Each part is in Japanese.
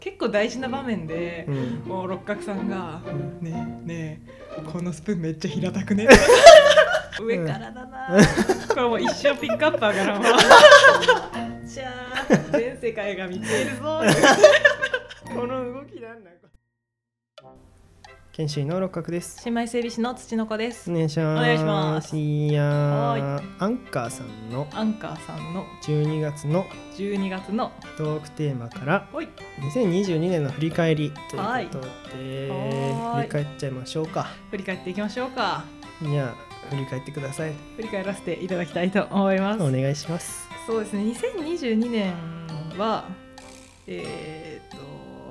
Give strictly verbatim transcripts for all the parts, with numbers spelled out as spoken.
結構大事な場面で、 うん、 もう六角さんが「ねえねえこのスプーンめっちゃ平たくね」上からだな、これもう一生ピックアップ上がらんわじゃあ全世界が見ているぞこの動きなんだ。 研修医の六角です。 新米整備士の土の子です。 お願いします。 お願いします。 いやはアンカーさんのアンカーさんのじゅうにがつのじゅうにがつのトークテーマからほいにせんにじゅうにねんの振り返りということで、 はい振り返っちゃいましょうか。 振り返っていきましょうか。 じゃあ振り返ってください。 振り返らせていただきたいと思います。 お願いします。 そうですね、にせんにじゅうにねんはえー、っと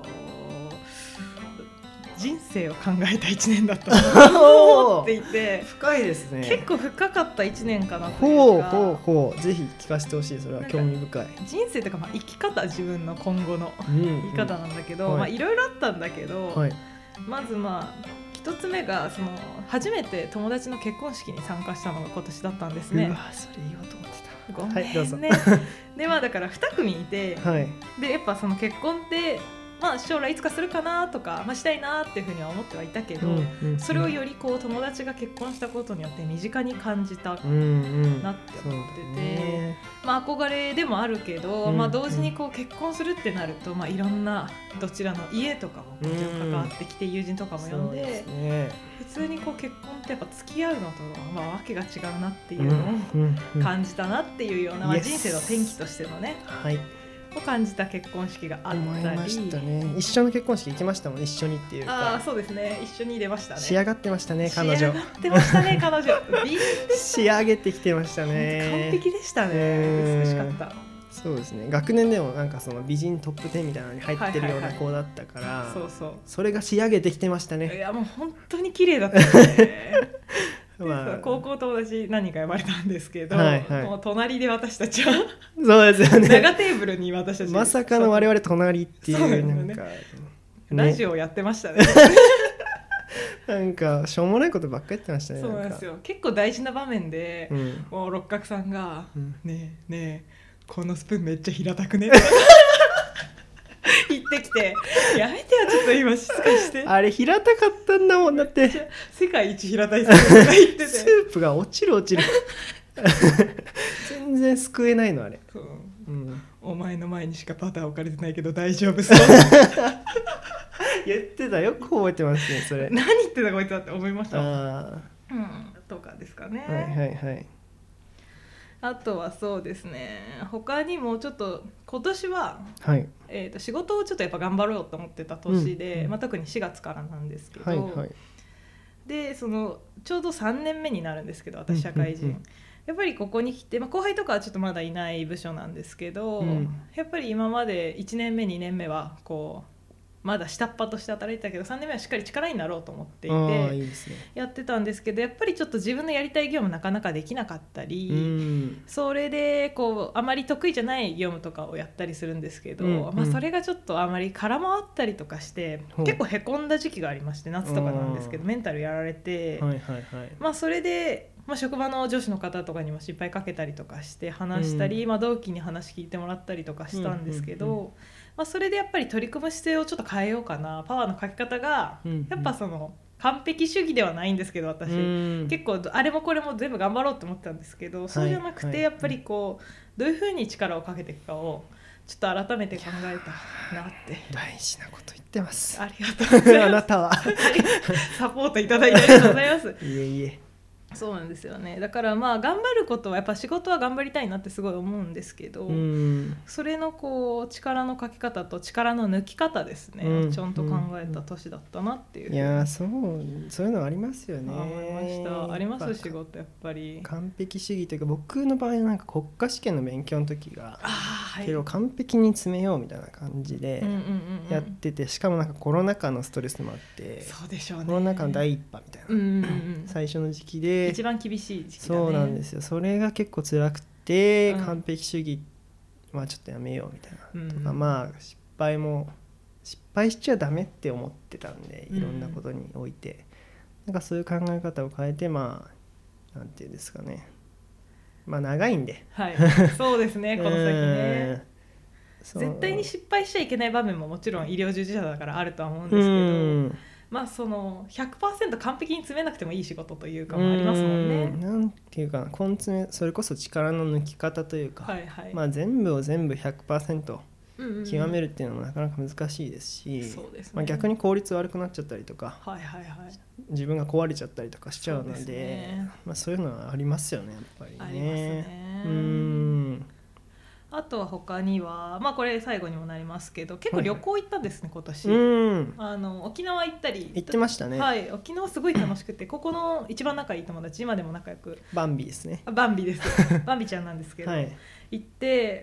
人生を考えたいちねんだったと思っていて深いですね。 結構深かったいちねんかなというか、 ほうほうほう、ぜひ聞かせてほしい。それは興味深い。 人生というか、まあ、生き方、自分の今後の生き方なんだけど、 うんうん、 まあいろいろあったんだけど、 はい、 まずまあ一つ目がその初めて友達の結婚式に参加したのが今年だったんですね。 うわ、それ言おうと思ってた。 ごめんね、 はい、どうぞ。 でまあだからに組いて、 はい、 でやっぱその結婚ってまあ将来いつかするかなとか、まあ、したいなっていうふうには思ってはいたけど、 うんうん、 それをよりこう友達が結婚したことによって身近に感じたなって思ってて、 ね、 まあ憧れでもあるけど、 うんまあ、同時にこう結婚するってなると、まあ、いろんなどちらの家とかももちろん関わってきて、友人とかも呼んで、 ね、 普通にこう結婚ってやっぱ付き合うのとまあわけが違うなっていうのを感じたなっていうような、まあ、人生の転機としてのね、 はい、 を感じた結婚式があったり、 思いましたね。一緒の結婚式行きましたもん、一緒にっていうか。 あ、そうですね、一緒に出ましたね。 仕上がってましたね、彼女。 仕上がってましたね、彼女仕上げてきてましたね。 完璧でしたね、美しかった。 そうですね、学年でもなんかその美人トップじゅうみたいなのに入ってるような子だったから、はいはいはい、そうそう、それが仕上げてきてましたね。 いやもう本当に綺麗だったねまあ、高校友達何人か呼ばれたんですけど、はいはい、もう隣で私たちはそうですよね、 長テーブルに私たちまさかの我々隣っていう、なんか、ね、 ラジオやってましたねなんかしょうもないことばっかり言ってましたね。 そうなんですよ。結構大事な場面で、うん、もう六角さんが、うん、ねえねえこのスプーンめっちゃ平たくね言ってきて、やめてよちょっと今静かにして。あれ平たかったんだもん、だって世界一平たいスプーンが言っててスープが落ちる落ちる全然すくえないのあれ。そう、 うん、お前の前にしかパター置かれてないけど大丈夫そう言ってた、よく覚えてますねそれ。 何言ってたこいつだって思いましたもん。あ、うん、とかですかね。 はいはいはい。 あとはそうですね、他にもちょっと今年は、はい、えー、と仕事をちょっとやっぱ頑張ろうと思ってた年で、うん、まあ、特にしがつからなんですけど、はいはい、でそのちょうどさんねんめになるんですけど、私社会人、うんうんうん、やっぱりここに来て、まあ、後輩とかはちょっとまだいない部署なんですけど、うん、やっぱり今までいちねんめにねんめはこうまだ下っ端として働いてたけど、さんねんめはしっかり力になろうと思っていていいですね、 やってたんですけど、やっぱりちょっと自分のやりたい業務なかなかできなかったり、うん、それでこうあまり得意じゃない業務とかをやったりするんですけど、うんうん、まあ、それがちょっとあまり空回ったりとかして結構へこんだ時期がありまして、夏とかなんですけどメンタルやられて、はいはいはい、まあ、それでまあ、職場の上司の方とかにも心配かけたりとかして話したり、うん、まあ、同期に話聞いてもらったりとかしたんですけど、うんうんうん、まあ、それでやっぱり取り組む姿勢をちょっと変えようかな、パワーのかけ方が、うんうん、やっぱその完璧主義ではないんですけど私、うん、結構あれもこれも全部頑張ろうと思ってたんですけど、そうじゃなくてやっぱりこうどういうふうに力をかけていくかをちょっと改めて考えたなって。 大事なこと言ってます。 ありがとうございますあなたはサポートいただいてありがとうございますいえいえ、 そうなんですよね。だからまあ頑張ることはやっぱ仕事は頑張りたいなってすごい思うんですけど、うん、それのこう力のかけ方と力の抜き方ですね、うん、ちゃんと考えた年だったなっていう、 いやそうそういうのありますよね。 思いました。あります仕事やっぱり完璧主義というか、僕の場合なんか国家試験の勉強の時が、 はい、 けど完璧に詰めようみたいな感じでやってて、しかもなんかコロナ禍のストレスもあって、 そうでしょうね、 コロナ禍の第一波みたいな、うんうんうん、最初の時期で一番厳しい時期だね。 そうなんですよ。それが結構辛くて、うん、完璧主義はちょっとやめようみたいな、うん、とか、まあ失敗も失敗しちゃダメって思ってたんで、いろんなことにおいて、うん、なんかそういう考え方を変えて、まあなんていうんですかね、まあ長いんで、 はい、そうですねこの先ね絶対に失敗しちゃいけない場面ももちろん医療従事者だからあるとは思うんですけど、まあその ひゃくパーセント 完璧に詰めなくてもいい仕事というかもありますもんね。 うんなんていうかな、根詰めそれこそ力の抜き方というか、 はいはい、 まあ、全部を全部 ひゃくパーセント 極めるっていうのもなかなか難しいですし、 そうですね、 まあ、逆に効率悪くなっちゃったりとか、 はいはいはい、 自分が壊れちゃったりとかしちゃうので、 そうですね、 まあ、そういうのはありますよね、やっぱりね。 ありますね。 うん、 あとは他には、まあこれ最後にもなりますけど、結構旅行行ったんですね、はい、今年。 うん、 あの沖縄行ったり。 行ってましたね。 はい、沖縄すごい楽しくて、ここの一番仲いい友達、今でも仲良く。 バンビですね。 バンビです。バンビちゃんなんですけど、はい、行って、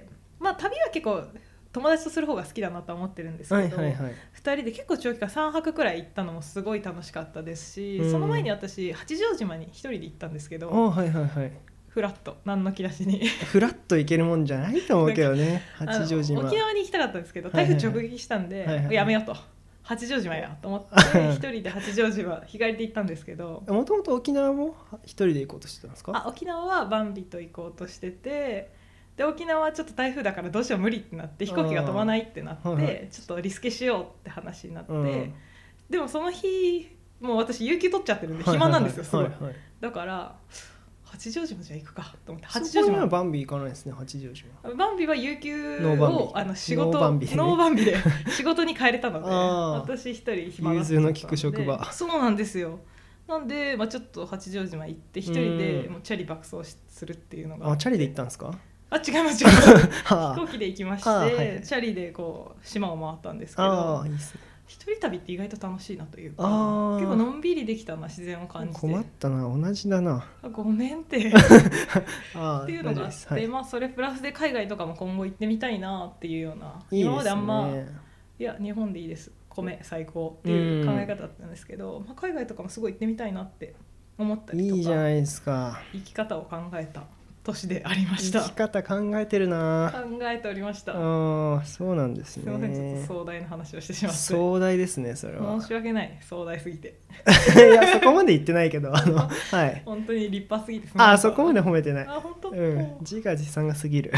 まあ旅は結構友達とする方が好きだなと思ってるんですけど、はいはいはい、ふたりで結構長期間さんはくくらい行ったのもすごい楽しかったですし、うん、その前に私八丈島に一人で行ったんですけど、 はいはいはい、 フラッと何の気なしにフラッと行けるもんじゃないと思うけどね八丈島。 沖縄に行きたかったんですけど台風直撃したんで、はいはいはい、やめようと、八丈島やと思って一人で八丈島日帰りで行ったんですけど、 もともと沖縄も一人で行こうとしてたんですか？ あ、沖縄はバンビと行こうとしてて、で沖縄はちょっと台風だからどうしよう無理ってなって飛行機が飛ばないってなって、はいはい、ちょっとリスケしようって話になって、うん、でもその日もう私有給取っちゃってるんで暇なんですよ、すごい、はいはい、だから八丈島じゃ行くかと思って。八丈島はバンビ行かないですね。八丈島バンビは有給をあの仕事ノーバンビで、ね、ノーバンビで仕事に帰れたので私一人暇だったので、融通の利く職場。そうなんですよ。なんで、まあ、ちょっと八丈島行って一人でもうチャリ爆走するっていうのが。 あ、チャリで行ったんですか？ あ、違います違います飛行機で行きまして、はいはい、チャリでこう島を回ったんですけど、あ、いいですね。一人旅って意外と楽しいなというか、結構のんびりできたな、自然を感じて。 困ったな、同じだな。 ごめんってあっていうのがあって、はい、まあ、それプラスで海外とかも今後行ってみたいなっていうような。 いいですね、 今まであんまいや日本でいいです、米最高っていう考え方だったんですけど、まあ、海外とかもすごい行ってみたいなって思ったりとか、 いいじゃないですか。 生き方を考えた年でありました。 生き方考えてるな。 考えておりました。 ああ、そうなんですね。 すみません、ちょっと壮大な話をしてしまって。 壮大ですね、それは。 申し訳ない、壮大すぎて。 いや、そこまで言ってないけど、あの、はい。 本当に立派すぎて。 ああ、そこまで褒めてない。 あ、本当。 うん、自画自賛が過ぎる。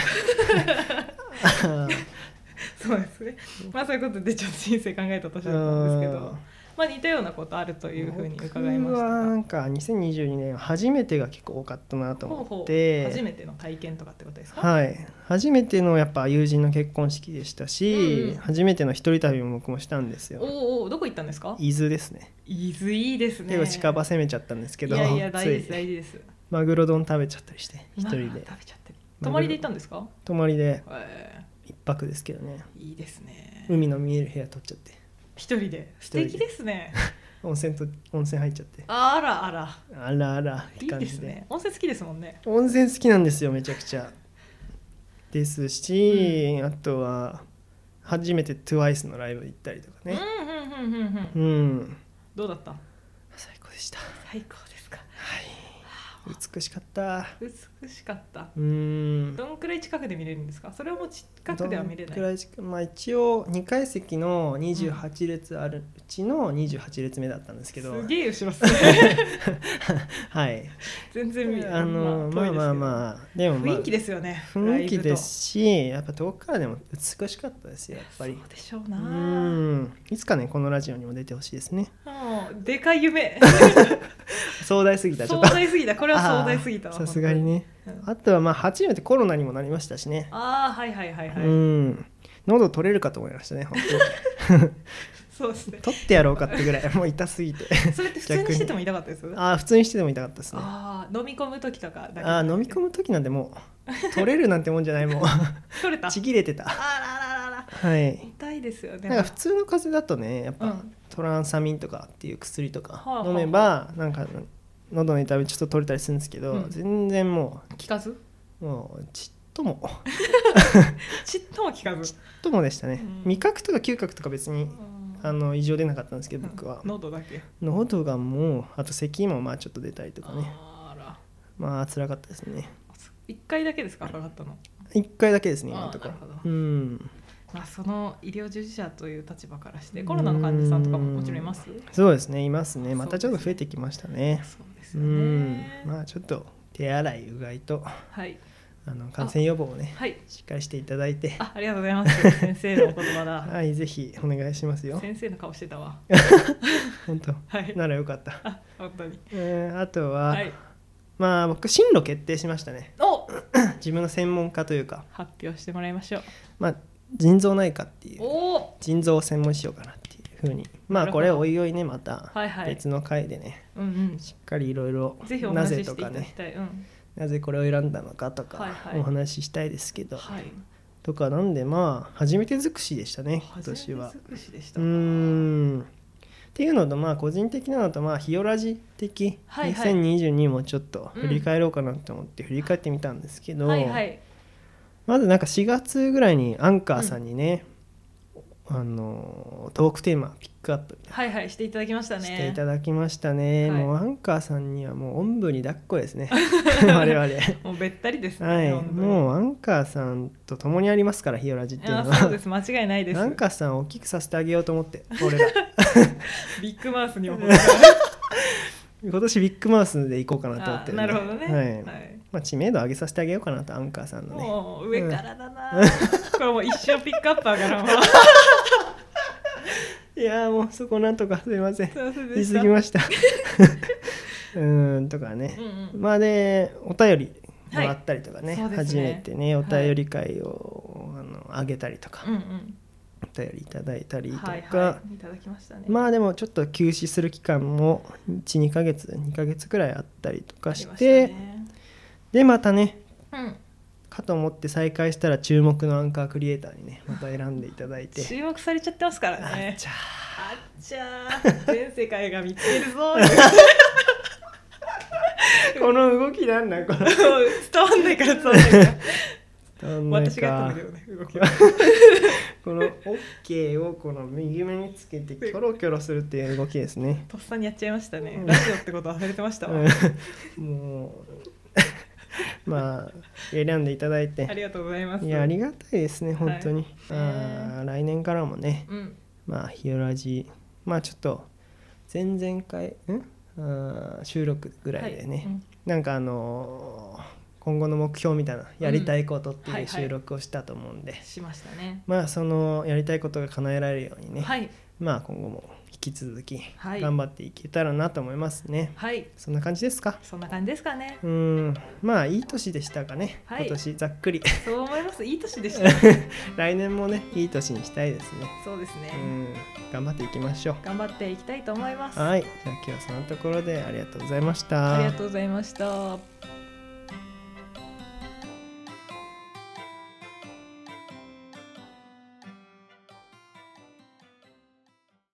そうですね。まあそういうことでちょっと人生考えた年だったんですけど。まあ、似たようなことあるというふうに伺いましたが、 僕はなんかにせんにじゅうにねんは初めてが結構多かったなと思って。ほうほう、 初めての体験とかってことですか？ はい、初めてのやっぱ友人の結婚式でしたし、うん、初めての一人旅も僕もしたんですよ。 おお、どこ行ったんですか？ 伊豆ですね。 伊豆いいですね。 結構近場攻めちゃったんですけど、 いやいや大事です大事です。 マグロ丼食べちゃったりして一人で。 食べちゃってる。泊まりで行ったんですか？ 泊まりで一泊ですけどね。 いいですね。 海の見える部屋取っちゃって一人で。素敵ですね。 温泉と温泉入っちゃって、 あらあらあらあらいいですね。温泉好きですもんね。 温泉好きなんですよ、めちゃくちゃですし、うん、あとは初めて トゥワイス のライブ行ったりとかね。 うんうんうんうんうん、うん、どうだった？ 最高でした。 最高ですか？ はい、美しかった。 美しかった。 うーん。 どんくらい近くで見れるんですか？それはもう近くでは見れない。 どんくらい近く、まあ、一応にかい席のにじゅうはち列あるうちのにじゅうはち列目だったんですけど、 すげえ後ろっすねはい、 全然見えない。 あの、まあ、まあまあでも、まあ、 雰囲気ですよね。 雰囲気ですし、やっぱ遠くからでも美しかったですよ、やっぱり。 そうでしょうな。 うん、いつかねこのラジオにも出てほしいですね。 でかい夢壮大すぎた。 壮大すぎた。これは壮大すぎたわ。 さすがにね、うん、あとはまあ初めてコロナにもなりましたしね。 ああ、はいはいはいはい。 うん、喉取れるかと思いましたね、本当にそうですね。 取ってやろうかってぐらいもう痛すぎてそれって普通にしてても痛かったです？ ああ、普通にしてても痛かったですね。 ああ、飲み込む時とかだけ。 ああ、飲み込む時なんてもう取れるなんてもんじゃない、もう取れた、 ちぎれてた。 あらららら、 はい、 痛いですよね。 なんか普通の風邪だとね、やっぱ、うん、トランサミンとかっていう薬とか飲めば、はあはあ、なんか喉の痛みちょっと取れたりするんですけど、うん、全然もう効かず、 もうちっともちっとも効かず、 ちっともでしたね、うん、味覚とか嗅覚とか別に、うん、あの異常出なかったんですけど、僕は、 うん、喉だけ、 喉がもう、あと咳もまあちょっと出たりとかね、 あら、 まあ辛かったですね。 いっかいだけですか、かかったの？ いっかいだけですね、今のところ。うん、 まあ、その医療従事者という立場からしてコロナの患者さんとかももちろんいます？ そうですね、いますね。またちょっと増えてきましたね。 そうですよね。 うん、まあちょっと手洗いうがいと、 はい、 あの感染予防をね、 はい、 しっかりしていただいて。 あ、ありがとうございます先生のお言葉だはい、ぜひお願いしますよ。 先生の顔してたわ本当、はい、ならよかった。 あ、本当に、 えー、あとは、 はい、 まあ僕進路決定しましたね。 お自分の専門家というか発表してもらいましょう。 まあ腎臓内科っていう、腎臓を専門しようかなっていうふうに、まあこれおいおいね、また別の回でね、 はいはい、うんうん、 しっかりいろいろなぜとかね、うん、なぜこれを選んだのかとかお話ししたいですけど、はいはい、とかなんでまあ初めて尽くしでしたね今年は。 初めて尽くしでしたか。うーんっていうのと、まあ個人的なのと、まあヒオラジ的、はいはい、にせんにじゅうにもちょっと振り返ろうかなと思って振り返ってみたんですけど、はいはい、まずなんかしがつぐらいにアンカーさんにね、うん、あのトークテーマピックアップみたいな、 はいはい、していただきましたね。 していただきましたね、はい、もうアンカーさんにはもうおんぶに抱っこですね我々 もうべったりですね、 はい、もうアンカーさんと共にありますからヒオラジっていうのは。 そうです、間違いないです。 アンカーさんを大きくさせてあげようと思って俺らビッグマウスにも今年ビッグマウスで行こうかなと思ってる、 ね、なるほどね、 はいはい、まあ、知名度上げさせてあげようかなとアンカーさんのね。 もう上からだな、うん、これもう一生ピックアップ上がらんわいやもうそこなんとかすいません言い過ぎましたうーんとかね、うんうん、まあでお便りもらったりとかね、はい、初めてねお便り会を、はい、あの上げたりとか、うんうん、お便りいただいたりとか、はいはい、いただきましたね。まあでもちょっと休止する期間も いち,に ヶ月にかげつくらいあったりとかして、ね、でまたね、うん、かと思って再開したら注目のアンカークリエイターにねまた選んでいただいて注目されちゃってますからね。 あっちゃーあっちゃー全世界が見つけるぞこの動きなんだこの伝わんないから伝わんないから私がやったんだけどね動きはこの OK をこの右目につけてキョロキョロするっていう動きですね。 とっさにやっちゃいましたね、うん、ラジオってこと忘れてましたわもうまあ選んでいただいてありがとうございます。 いやありがたいですね本当に、はい、あ来年からもね、うん、まあヒオラジまあちょっと前々回んあ収録ぐらいでね、はい、うん、なんかあのー、今後の目標みたいなやりたいことっていう収録をしたと思うんで、うんはいはい、 しましたね。 まあそのやりたいことが叶えられるようにね、はい、まあ今後も引き続き頑張っていけたらなと思いますね。はい、そんな感じですか。 そんな感じですかね。 うん、まあいい年でしたかね、はい、今年ざっくりそう思います。いい年でした、ね、 来年もねいい年にしたいですね。 そうですね、 うん、頑張っていきましょう。 頑張っていきたいと思います。 はい、じゃあ今日はそのところでありがとうございました。 ありがとうございました。